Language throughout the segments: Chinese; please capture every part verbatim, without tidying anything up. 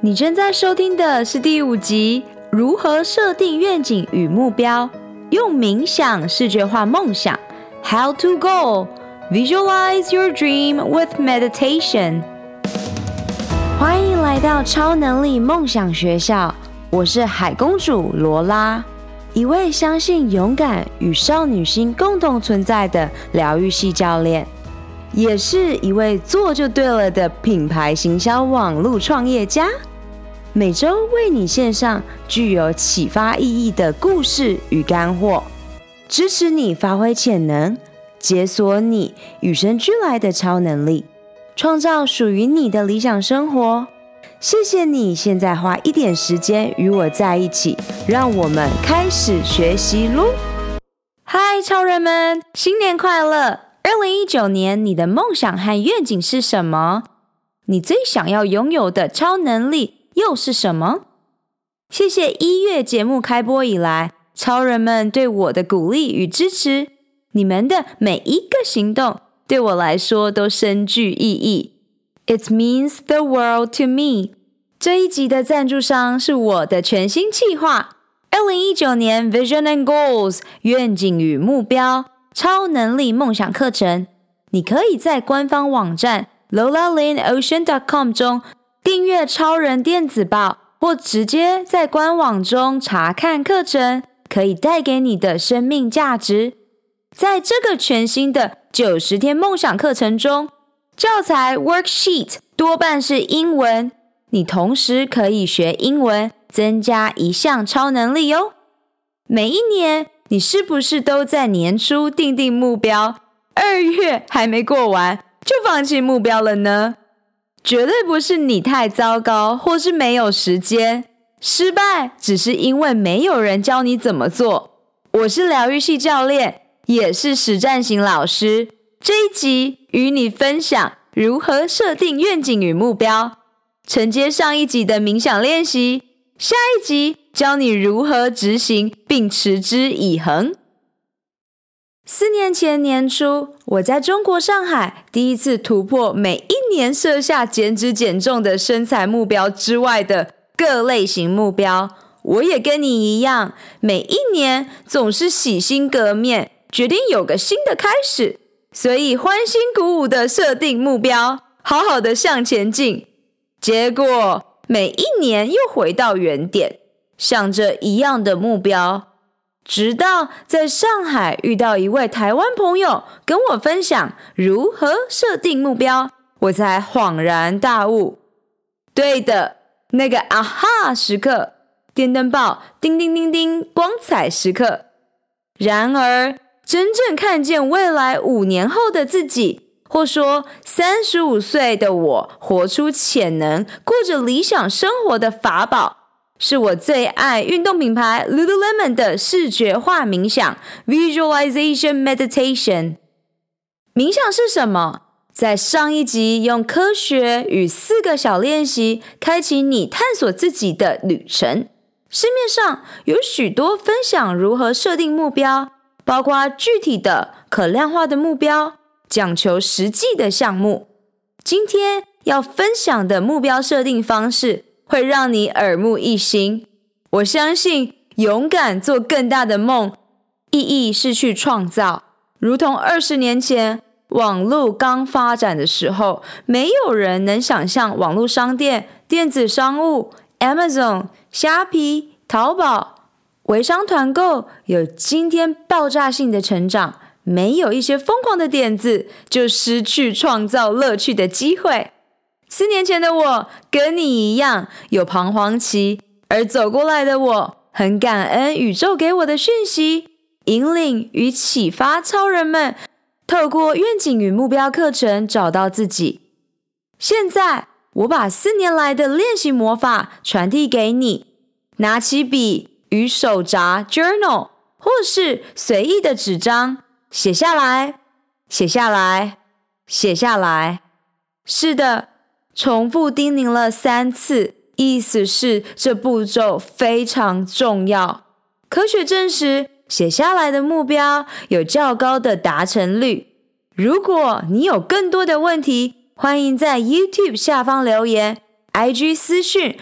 你正在收听的是第五集，如何设定愿景与目标，用冥想视觉化梦想 How to Goal Visualize your dream with meditation。 欢迎来到超能力梦想学校，我是海公主罗拉，一位相信勇敢与少女心共同存在的疗愈系教练，也是一位做就对了的品牌行销网络创业家。每周为你献上具有启发意义的故事与干货，支持你发挥潜能，解锁你与生俱来的超能力，创造属于你的理想生活。谢谢你现在花一点时间与我在一起，让我们开始学习咯。嗨，超人们，新年快乐！二零一九年，你的梦想和愿景是什么？你最想要拥有的超能力又是什么？谢谢一月节目开播以来，超人们对我的鼓励与支持，你们的每一个行动对我来说都深具意义。It means the world to me。 这一集的赞助商是我的全新企划，二零一九年 Vision and Goals 愿景与目标超能力梦想课程。你可以在官方网站 lola lin ocean dot com 中订阅超人电子报，或直接在官网中查看课程可以带给你的生命价值。在这个全新的九十天梦想课程中，教材 worksheet 多半是英文，你同时可以学英文，增加一项超能力哦。每一年，你是不是都在年初定定目标，二月还没过完就放弃目标了呢？绝对不是你太糟糕，或是没有时间，失败只是因为没有人教你怎么做。我是疗愈系教练，也是实战型老师。这一集与你分享如何设定愿景与目标，承接上一集的冥想练习，下一集教你如何执行并持之以恒。四年前年初，我在中国上海第一次突破每一年设下减脂减重的身材目标之外的各类型目标。我也跟你一样，每一年总是洗心革面，决定有个新的开始，所以欢欣鼓舞的设定目标，好好的向前进。结果每一年又回到原点，想着一样的目标，直到在上海遇到一位台湾朋友跟我分享如何设定目标，我才恍然大悟。对的，那个啊哈时刻，电灯泡叮叮叮叮光彩时刻。然而真正看见未来五年后的自己，或说三十五岁的我活出潜能，过着理想生活的法宝，是我最爱运动品牌 Lululemon 的视觉化冥想 Visualization Meditation。 冥想是什么？在上一集用科学与四个小练习开启你探索自己的旅程。市面上有许多分享如何设定目标，包括具体的可量化的目标，讲求实际的项目。今天要分享的目标设定方式会让你耳目一新。我相信勇敢做更大的梦，意义是去创造。如同二十年前网络刚发展的时候，没有人能想象网络商店、电子商务、Amazon、虾皮、淘宝、微商团购有今天爆炸性的成长。没有一些疯狂的点子，就失去创造乐趣的机会。四年前的我跟你一样有彷徨期，而走过来的我很感恩宇宙给我的讯息，引领与启发超人们透过愿景与目标课程找到自己。现在我把四年来的练习魔法传递给你，拿起笔与手札 journal 或是随意的纸张，写下来，写下来，写下来。是的，重复叮咛了三次，意思是这步骤非常重要。科学证实，写下来的目标有较高的达成率。如果你有更多的问题，欢迎在 YouTube 下方留言，I G 私讯，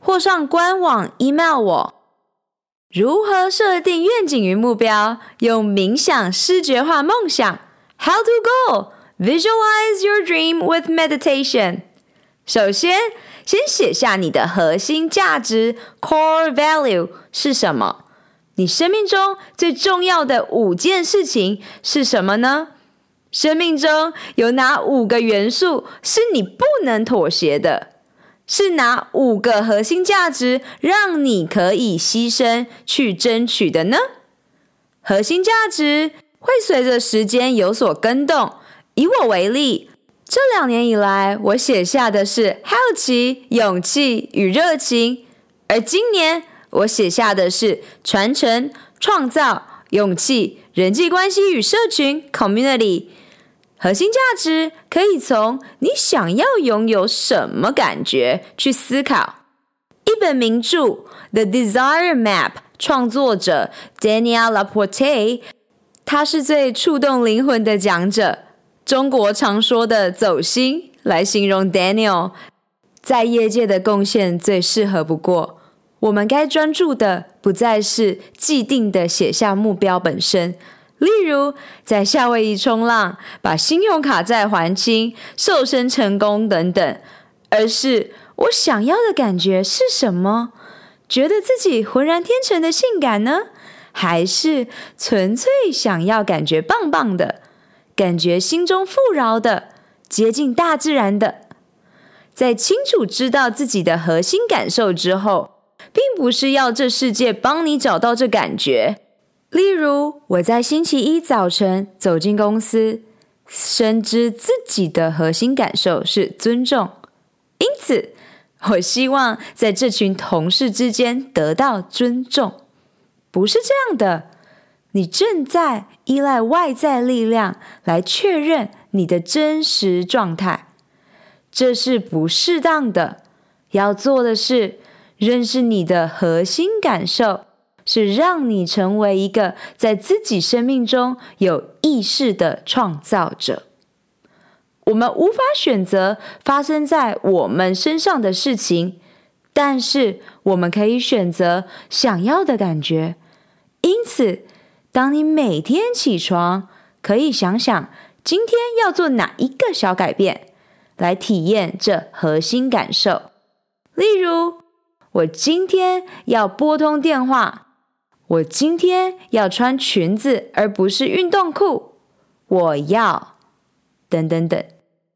或上官网 email 我。如何设定愿景与目标？用冥想视觉化梦想。How to go? Visualize your dream with meditation. 首先，先写下你的核心价值 core value 是什么？你生命中最重要的五件事情是什么呢？生命中有哪五个元素是你不能妥协的？是哪五个核心价值让你可以牺牲去争取的呢？核心价值会随着时间有所更动。以我为例，这两年以来，我写下的是好奇、勇气与热情，而今年我写下的是传承、创造、勇气、人际关系与社群 community。核心价值可以从你想要拥有什么感觉去思考。一本名著《The Desire Map》创作者 Daniel Laporte， 他是最触动灵魂的讲者。中国常说的走心来形容 Daniel， 在业界的贡献最适合不过。我们该专注的不再是既定的写下目标本身，例如在夏威夷冲浪、把信用卡债还清、瘦身成功等等，而是我想要的感觉是什么？觉得自己浑然天成的性感呢？还是纯粹想要感觉棒棒的，感觉心中富饶的，接近大自然的？在清楚知道自己的核心感受之后，并不是要这世界帮你找到这感觉。例如，我在星期一早晨走进公司，深知自己的核心感受是尊重，因此我希望在这群同事之间得到尊重。不是这样的，你正在依赖外在力量来确认你的真实状态，这是不适当的。要做的是认识你的核心感受，是让你成为一个在自己生命中有意识的创造者。我们无法选择发生在我们身上的事情，但是我们可以选择想要的感觉。因此，当你每天起床，可以想想今天要做哪一个小改变，来体验这核心感受。例如，我今天要拨通电话，我今天要穿裙子而不是运动裤，我要等等等。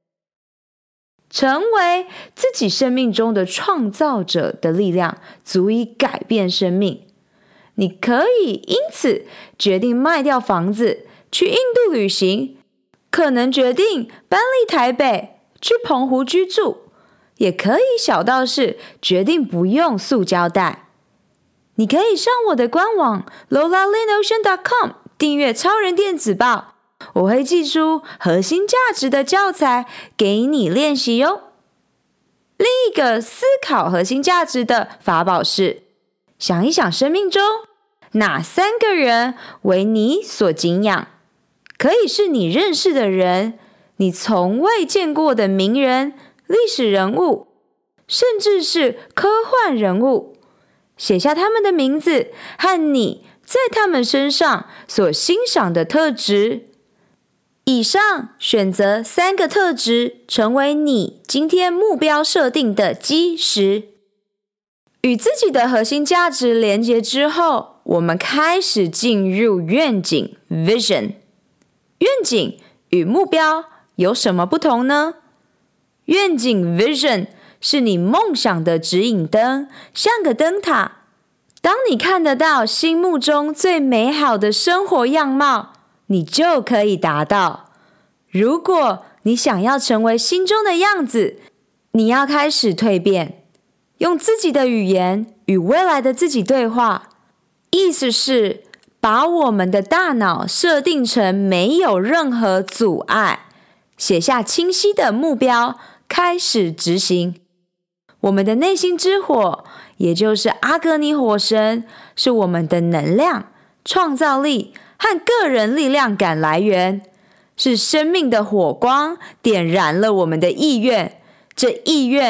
成为自己生命中的创造者的力量足以改变生命。你可以因此决定卖掉房子，去印度旅行，可能决定搬离台北，去澎湖居住，也可以小到是决定不用塑胶袋。你可以上我的官网 lola lin ocean dot com 订阅超人电子报，我会寄出核心价值的教材给你练习哟。另一个思考核心价值的法宝是，想一想生命中哪三个人为你所敬仰，可以是你认识的人，你从未见过的名人、历史人物，甚至是科幻人物。写下他们的名字和你在他们身上所欣赏的特质。以上选择三个特质，成为你今天目标设定的基石。与自己的核心价值连结之后，我们开始进入愿景 vision。 愿景与目标有什么不同呢？愿景 vision 是你梦想的指引灯，像个灯塔。当你看得到心目中最美好的生活样貌，你就可以达到。如果你想要成为心中的样子，你要开始蜕变，用自己的语言与未来的自己对话。意思是把我们的大脑设定成没有任何阻碍，写下清晰的目标，开始执行。我们的内心之火，也就是阿格尼火神，是我们的能量、创造力和个人力量感来源，是生命的火光，点燃了我们的意愿。这意愿带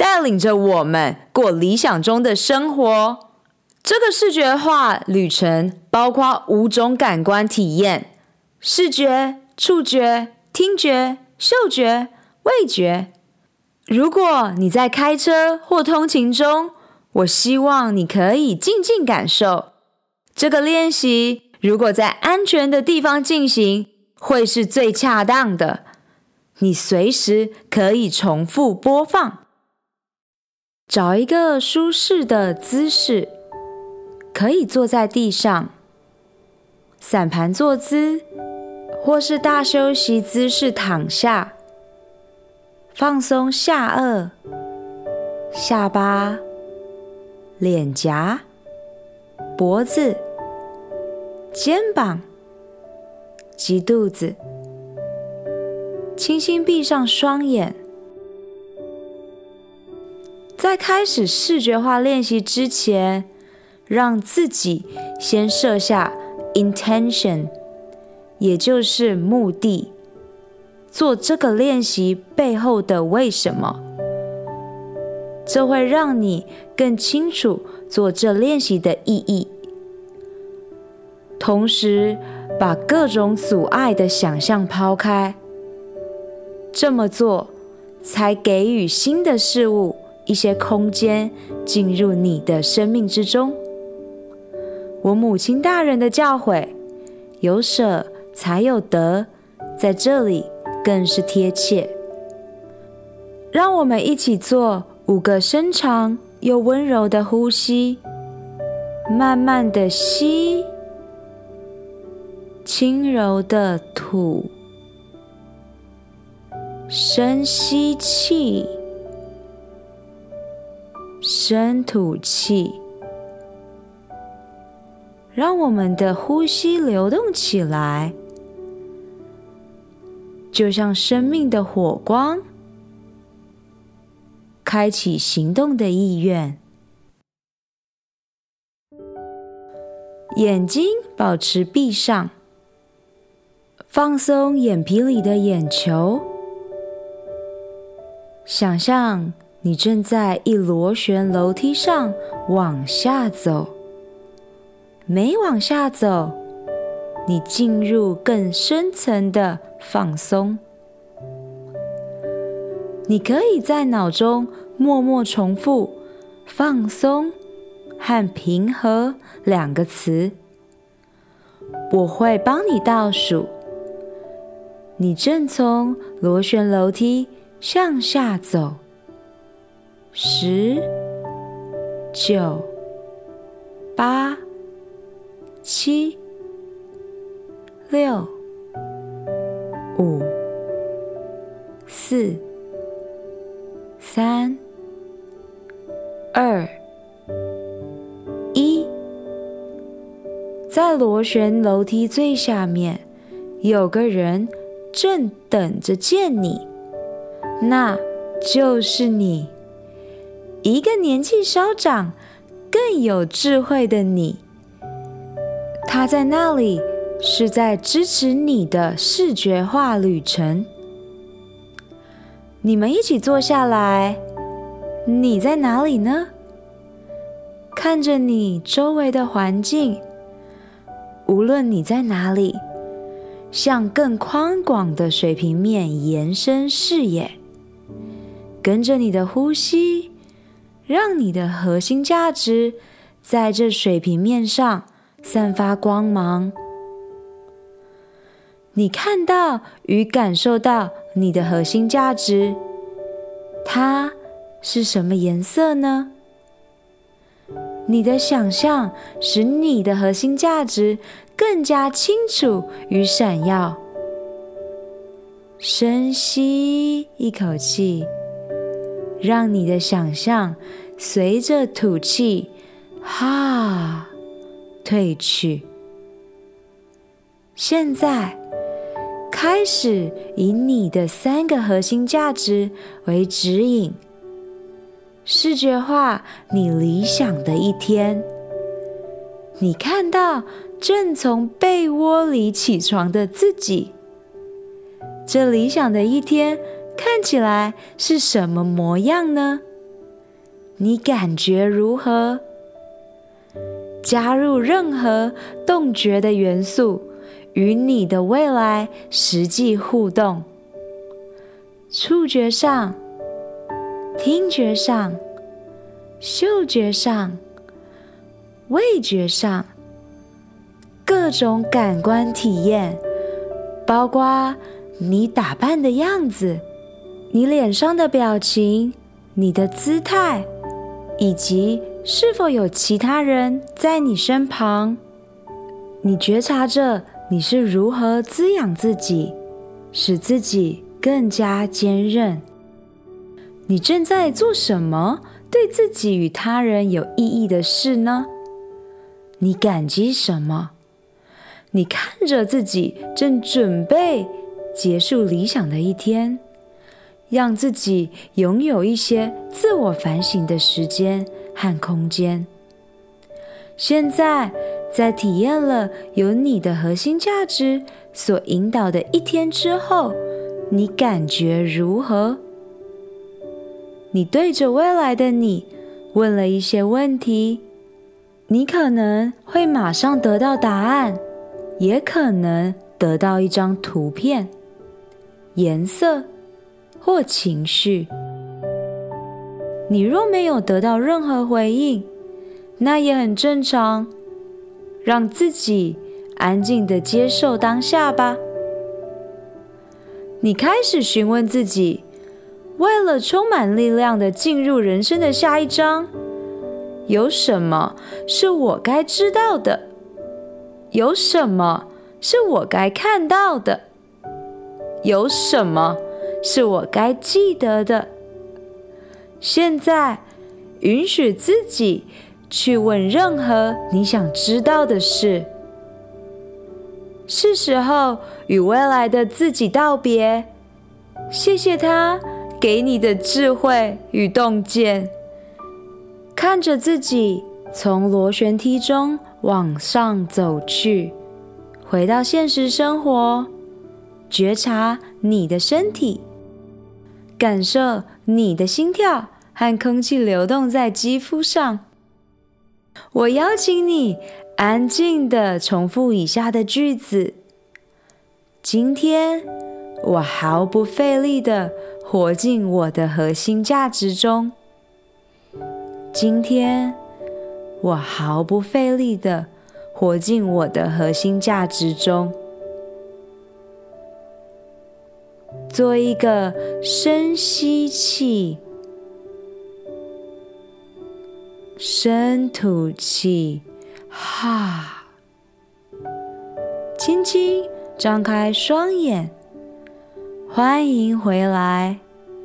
带领着我们过理想中的生活。这个视觉化旅程包括五种感官体验：视觉、触觉、听觉、嗅觉、味觉。如果你在开车或通勤中，我希望你可以静静感受。这个练习如果在安全的地方进行，会是最恰当的。你随时可以重复播放。找一个舒适的姿势，可以坐在地上，散盘坐姿，或是大休息姿势躺下，放松下颚、下巴、脸颊、脖子、肩膀及肚子，轻轻闭上双眼。在开始视觉化练习之前，让自己先设下 intention， 也就是目的，做这个练习背后的为什么。这会让你更清楚做这练习的意义，同时把各种阻碍的想象抛开。这么做，才给予新的事物一些空间进入你的生命之中。我母亲大人的教诲，有舍才有得，在这里更是贴切。让我们一起做五个深长又温柔的呼吸，慢慢的吸，轻柔的吐，深吸气，深吐气。让我们的呼吸流动起来，就像生命的火光，开启行动的意愿。眼睛保持闭上，放松眼皮里的眼球，想象你正在一螺旋楼梯上往下走，每往下走，你进入更深层的放松。你可以在脑中默默重复放松和平和两个词，我会帮你倒数。你正从螺旋楼梯向下走，十、九、八、七、六、五、四、三、二、一。在螺旋楼梯最下面，有个人正等着见你，那就是你，一个年纪稍长、更有智慧的你。他在那里是在支持你的视觉化旅程。你们一起坐下来，你在哪里呢？看着你周围的环境，无论你在哪里，向更宽广的水平面延伸视野，跟着你的呼吸，让你的核心价值在这水平面上散发光芒。你看到与感受到你的核心价值，它是什么颜色呢？你的想象使你的核心价值更加清楚与闪耀。深吸一口气，让你的想象随着吐气，哈，退去。现在开始以你的三个核心价值为指引，视觉化你理想的一天。你看到正从被窝里起床的自己，这理想的一天看起来是什么模样呢？ 你感觉如何？加入任何动觉的元素，与你的未来实际互动。触觉上、听觉上、嗅觉上、味觉上，各种感官体验，包括你打扮的样子，你脸上的表情，你的姿态，以及是否有其他人在你身旁。你觉察着你是如何滋养自己，使自己更加坚韧。你正在做什么对自己与他人有意义的事呢？你感激什么？你看着自己正准备结束理想的一天，让自己拥有一些自我反省的时间和空间。现在，在体验了由你的核心价值所引导的一天之后，你感觉如何？你对着未来的你问了一些问题，你可能会马上得到答案，也可能得到一张图片、颜色或情绪。你若没有得到任何回应，那也很正常，让自己安静地接受当下吧。你开始询问自己，为了充满力量地进入人生的下一章，有什么是我该知道的？有什么是我该看到的？有什么是我该记得的？现在，允许自己去问任何你想知道的事。是时候与未来的自己道别，谢谢他给你的智慧与洞见。看着自己从螺旋梯中往上走去，回到现实生活，觉察你的身体，感受你的心跳和空气流动在肌肤上。我邀请你安静地重复以下的句子：今天，我毫不费力地活进我的核心价值中。今天，我毫不费力地活进我的核心价值中。做一个深吸气，深吐气，哈，轻轻张开双眼，欢迎回来。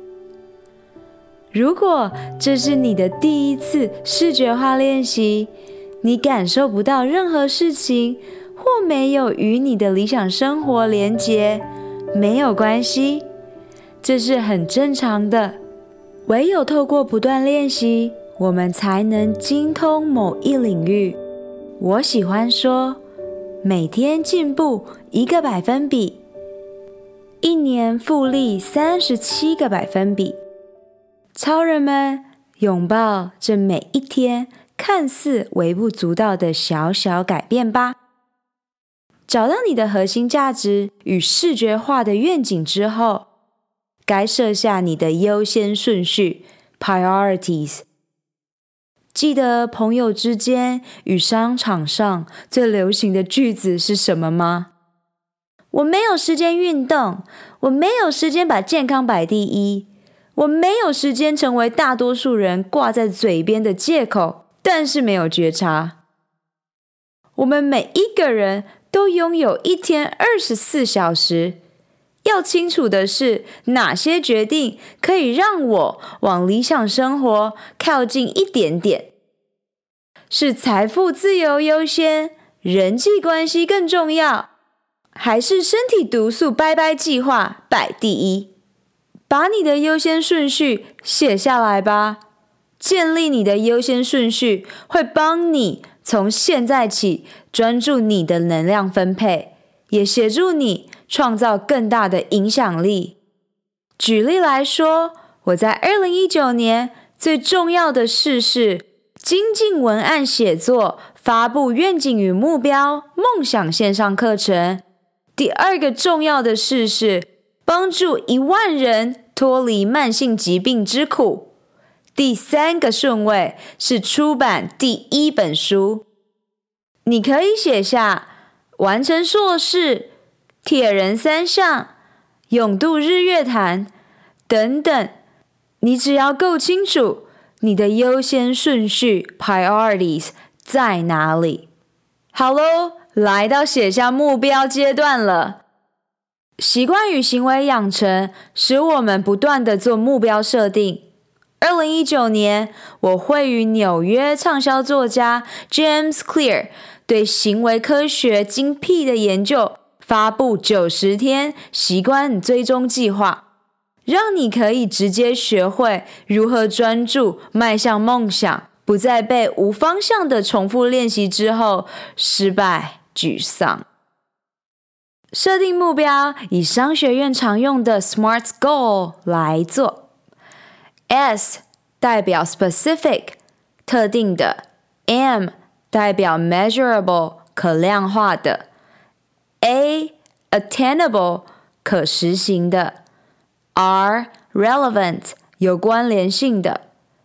如果这是你的第一次视觉化练习，你感受不到任何事情，或没有与你的理想生活连结，没有关系，这是很正常的。唯有透过不断练习，我们才能精通某一领域。我喜欢说，每天进步一个百分比，一年复利三十七个百分比。超人们，拥抱这每一天看似微不足道的小小改变吧。找到你的核心价值与视觉化的愿景之后，该设下你的优先顺序 priorities。 记得朋友之间与商场上最流行的句子是什么吗？我没有时间运动，我没有时间把健康摆第一，我没有时间成为大多数人挂在嘴边的借口，但是没有觉察。我们每一个人都拥有一天二十四小时，要清楚的是，哪些决定可以让我往理想生活靠近一点点？是财富自由优先，人际关系更重要，还是身体毒素拜拜计划摆第一？把你的优先顺序写下来吧。建立你的优先顺序会帮你从现在起专注你的能量分配，也协助你创造更大的影响力。举例来说，我在二零一九年最重要的事是精进文案写作，发布愿景与目标、梦想线上课程。第二个重要的事是帮助一万人脱离慢性疾病之苦。第三个顺位是出版第一本书。你可以写下完成硕士、铁人三项、勇渡日月潭等等，你只要够清楚你的优先顺序 priorities 在哪里。好咯，来到写下目标阶段了。习惯与行为养成使我们不断地做目标设定。二零一九年，我会与纽约畅销作家 James Clear 对行为科学精辟的研究发布九十天习惯追踪计划，让你可以直接学会如何专注迈向梦想，不再被无方向的重复练习之后失败沮丧。设定目标，以商学院常用的 SMART Goal 来做。S 代表 specific 特定的， M 代表 measurable 可量化的， A attainable 可实行的， R relevant 有关联性的，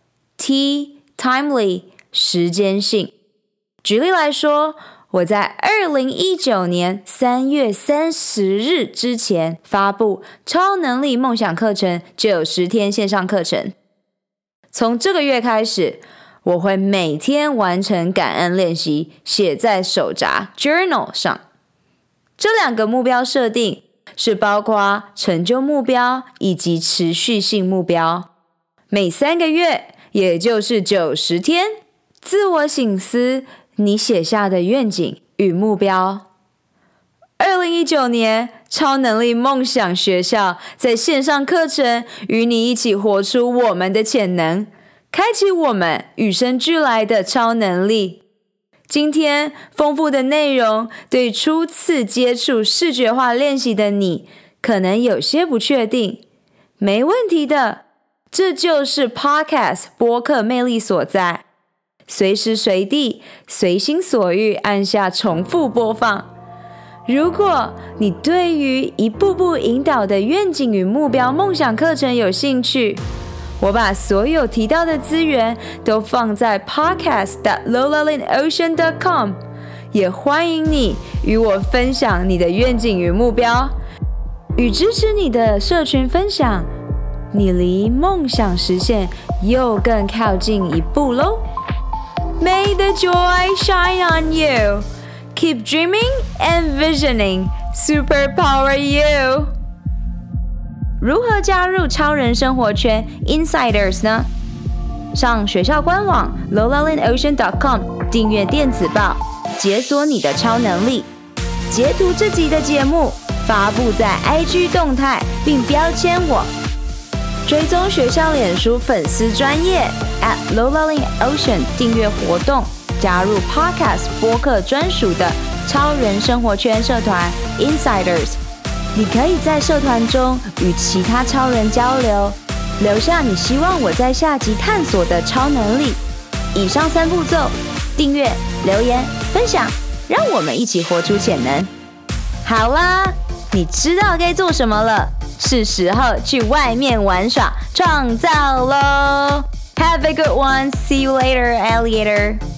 T timely 时间性。举例来说，我在二零一九年三月三十日之前发布超能力梦想课程九十天线上课程。从这个月开始，我会每天完成感恩练习，写在手札 journal 上。这两个目标设定是包括成就目标以及持续性目标。每三个月，也就是九十天，自我省思你写下的愿景与目标。二零一九年，超能力梦想学校在线上课程与你一起活出我们的潜能，开启我们与生俱来的超能力。今天丰富的内容对初次接触视觉化练习的你可能有些不确定，没问题的，这就是 Podcast 播客魅力所在。随时随地随心所欲按下重复播放。如果你对于一步步引导的愿景与目标梦想课程有兴趣，我把所有提到的资源都放在 podcast dot lola lin ocean dot com， 也欢迎你与我分享你的愿景与目标。与支持你的社群分享，你离梦想实现又更靠近一步咯。May the joy shine on you. Keep dreaming and visioning. Superpower you. 如何加入超人生活圈 Insiders 呢？上学校官网 lola lin ocean dot com 订阅电子报，解锁你的超能力。截图这集的节目，发布在 I G 动态，并标签我。追踪学校脸书粉丝专页 at lola lin ocean 订阅活动，加入 Podcast 播客专属的超人生活圈社团 Insiders。你可以在社团中与其他超人交流，留下你希望我在下集探索的超能力。以上三步骤：订阅、留言、分享，让我们一起活出潜能。好啦，你知道该做什么了，是时候去外面玩耍、创造咯。Have a good one. See you later, alligator.